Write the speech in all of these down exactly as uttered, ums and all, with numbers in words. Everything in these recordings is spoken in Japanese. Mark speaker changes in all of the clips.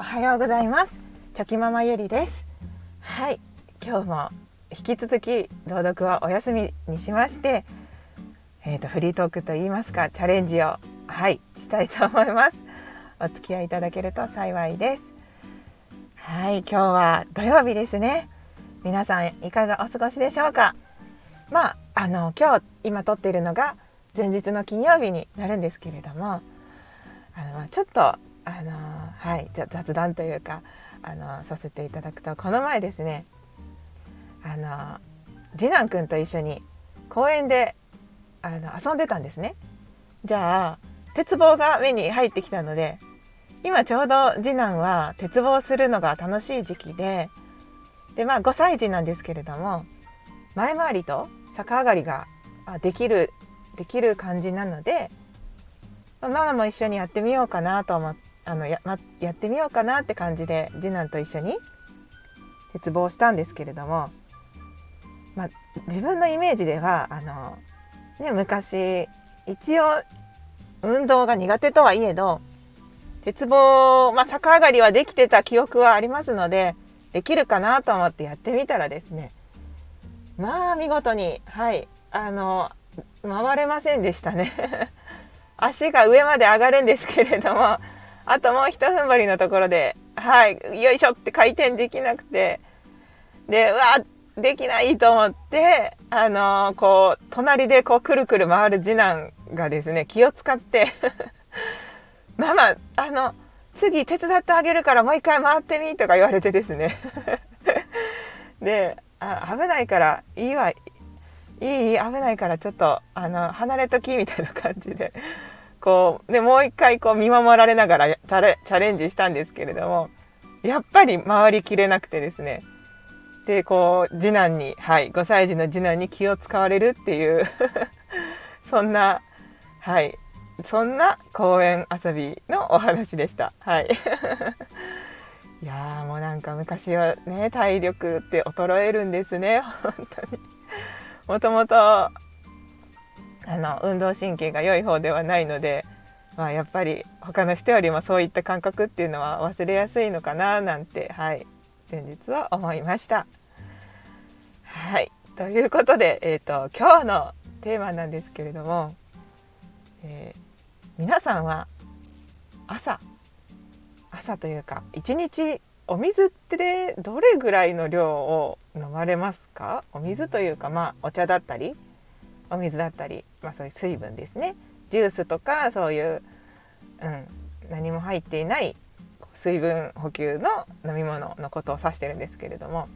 Speaker 1: はようございます。チョキママゆりです。はい、今日も引き続き朗読はお休みにしまして、えーと、フリートークといいますかチャレンジをはいしたいと思います。お付き合いいただけると幸いです。はい、今日は土曜日ですね。皆さんいかがお過ごしでしょうか。まああの今日今撮っているのが前日の金曜日になるんですけれども、あのちょっとあのはい雑談というかあのさせていただくと、この前ですね、あの次男くんと一緒に公園であの遊んでたんですね。じゃあ鉄棒が目に入ってきたので、今ちょうど次男は鉄棒をするのが楽しい時期で、でまあごさい児なんですけれども、前回りと逆上がりができるできる感じなので、ママも一緒にやってみようかなと思っあの や, やってみようかなって感じで次男と一緒に鉄棒をしたんですけれども、まあ、自分のイメージではあの、ね、昔一応運動が苦手とはいえど鉄棒、まあ、逆上がりはできてた記憶はありますので、できるかなと思ってやってみたらですね、まあ見事にはいあの回れませんでしたね足が上まで上がるんですけれども、あともう一踏ん張りのところではいよいしょって回転できなくて、でうわできないと思って、あのー、こう隣でこうくるくる回る次男がですね気を使ってママあの次手伝ってあげるからもう一回回ってみとか言われてですねであ危ないからいいわいいい危ないからちょっとあの離れときみたいな感じでこうでもう一回こう見守られながらチャレ、チャレンジしたんですけれども、やっぱり回りきれなくてですね、でこう次男にはいごさい児の次男に気を使われるっていうそんなはいそんな公園遊びのお話でした。はいいやーもうなんか昔はね体力って衰えるんですね本当に。もともとあの運動神経が良い方ではないので、まあ、やっぱり他の人よりもそういった感覚っていうのは忘れやすいのかななんて、はい、先日は思いました。はい、ということで、えーと、今日のテーマなんですけれども、えー、皆さんは朝朝というか一日お水ってどれぐらいの量を飲まれますか？お水というか、まあ、お茶だったりお水だったり、まあ、そういう水分ですね、ジュースとかそういう、うん、何も入っていない水分補給の飲み物のことを指してるんですけれども、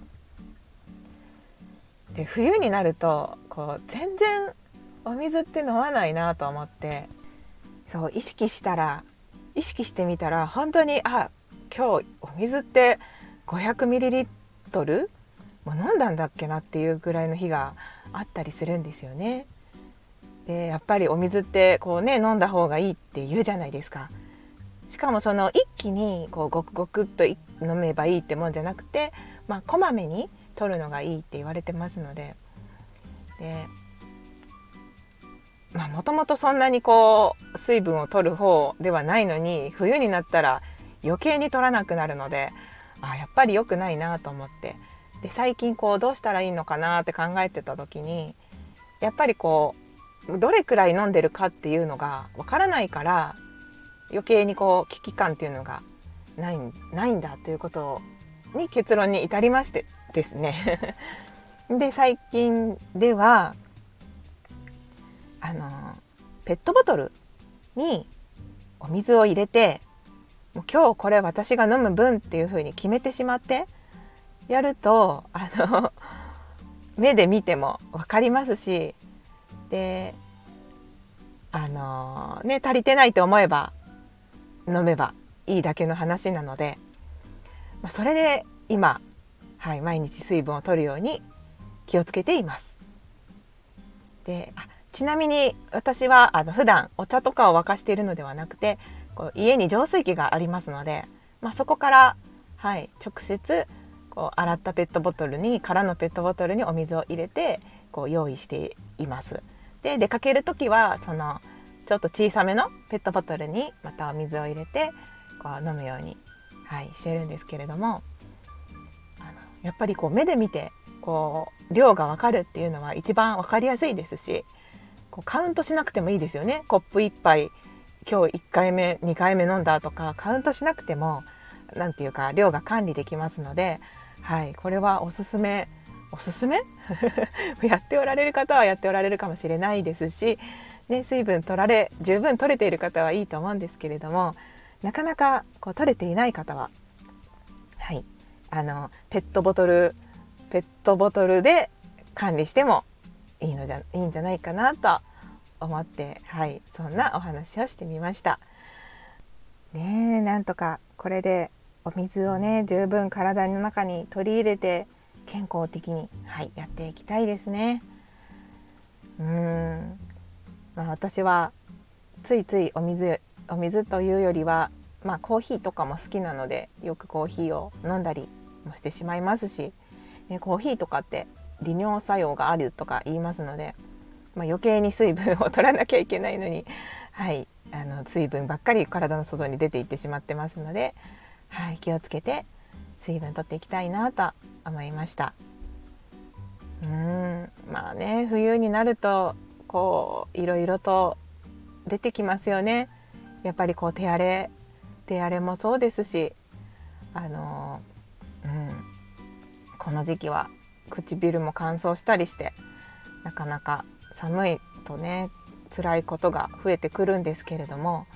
Speaker 1: で冬になるとこう全然お水って飲まないなと思って、そう意識したら意識してみたら本当にあ今日お水ってごひゃくミリリットルもう飲んだんだっけなっていうぐらいの日があったりするんですよね。でやっぱりお水ってこうね飲んだ方がいいって言うじゃないですか。しかもその一気にこうごくごくっと飲めばいいってもんじゃなくて、まあ、こまめに取るのがいいって言われてますので、でまあもともとそんなにこう水分を取る方ではないのに、冬になったら余計に取らなくなるので、あやっぱり良くないなと思って、で最近こうどうしたらいいのかなって考えてた時に、やっぱりこうどれくらい飲んでるかっていうのがわからないから、余計にこう危機感っていうのがないないんだということに結論に至りましてですねで最近ではあのペットボトルにお水を入れて、もう今日これ私が飲む分っていう風に決めてしまってやると、あの目で見ても分かりますし、であのね足りてないと思えば飲めばいいだけの話なので、まあ、それで今、はい、毎日水分を取るように気をつけています。であちなみに私はあの普段お茶とかを沸かしているのではなくて、こう家に浄水器がありますので、まあ、そこから、はい、直接こう洗ったペットボトルに空のペットボトルにお水を入れてこう用意しています。で出かけるときはそのちょっと小さめのペットボトルにまたお水を入れてこう飲むようにはい、してるんですけれども、あのやっぱりこう目で見てこう量が分かるっていうのは一番分かりやすいですし、こうカウントしなくてもいいですよね。コップいっぱい今日いっかいめにかいめ飲んだとかカウントしなくてもなんていうか量が管理できますので、はい、これはおすすめおすすめやっておられる方はやっておられるかもしれないですし、ね、水分取られ十分取れている方はいいと思うんですけれども、なかなかこう取れていない方は、はい、あのペットボトルペットボトルで管理してもいいのじゃいいんじゃないかなと思って、はい、そんなお話をしてみました。ねえ、なんとかこれでお水をね十分体の中に取り入れて健康的に、はい、やっていきたいですね。うーん、まあ、私はついついお水お水というよりは、まあ、コーヒーとかも好きなのでよくコーヒーを飲んだりもしてしまいますし、ね、コーヒーとかって利尿作用があるとか言いますので、まあ、余計に水分を取らなきゃいけないのに、はい、あの水分ばっかり体の外に出ていってしまってますので、はい、気をつけて水分取っていきたいなと思いました。うーん、まあね、冬になるとこういろいろと出てきますよね。やっぱりこう手荒れ手荒れもそうですし、あの、うん、この時期は唇も乾燥したりしてなかなか寒いとね辛いことが増えてくるんですけれども、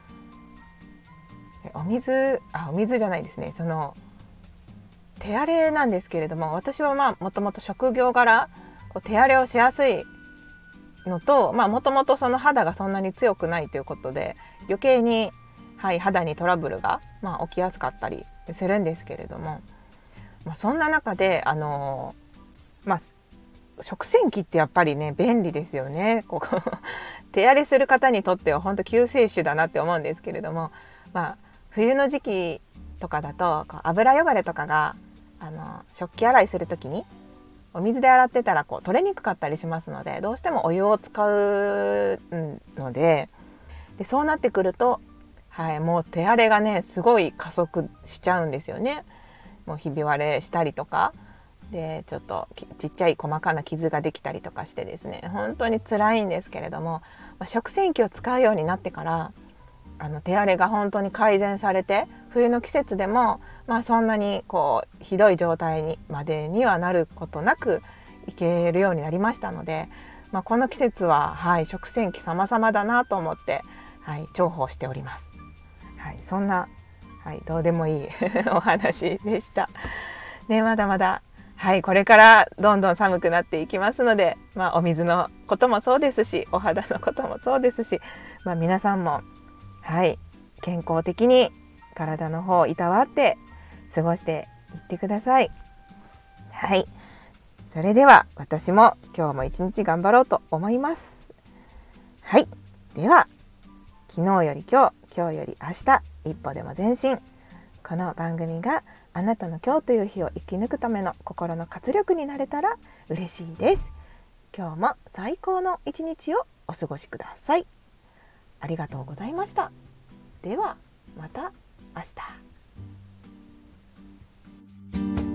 Speaker 1: お水あお水じゃないですね、その手荒れなんですけれども、私はまあもともと職業柄こう手荒れをしやすいのと、まあもともとその肌がそんなに強くないということで余計に、はい、肌にトラブルが、まあ、起きやすかったりするんですけれども、まあ、そんな中であのー、まあ食洗機ってやっぱりね便利ですよね。ここ手荒れする方にとっては本当救世主だなって思うんですけれども、まあ冬の時期とかだとこう油汚れとかがあの食器洗いする時にお水で洗ってたらこう取れにくかったりしますので、どうしてもお湯を使うので、でそうなってくると、はい、もう手荒れがねすごい加速しちゃうんですよね。もうひび割れしたりとかでちょっとちっちゃい細かな傷ができたりとかしてですね、本当に辛いんですけれども、まあ、食洗機を使うようになってからあの手荒れが本当に改善されて、冬の季節でも、まあ、そんなにこうひどい状態にまでにはなることなくいけるようになりましたので、まあ、この季節は、はい、食洗機様々だなと思って、はい、重宝しております。はい、そんな、はい、どうでもいいお話でした。ね、まだまだ、はい、これからどんどん寒くなっていきますので、まあ、お水のこともそうですし、お肌のこともそうですし、まあ、皆さんも、はい、健康的に体の方をいたわって過ごしていってください。はい、それでは私も今日も一日頑張ろうと思います。はい、では昨日より今日、今日より明日、一歩でも前進。この番組があなたの今日という日を生き抜くための心の活力になれたら嬉しいです。今日も最高の一日をお過ごしください。ありがとうございました。ではまた明日。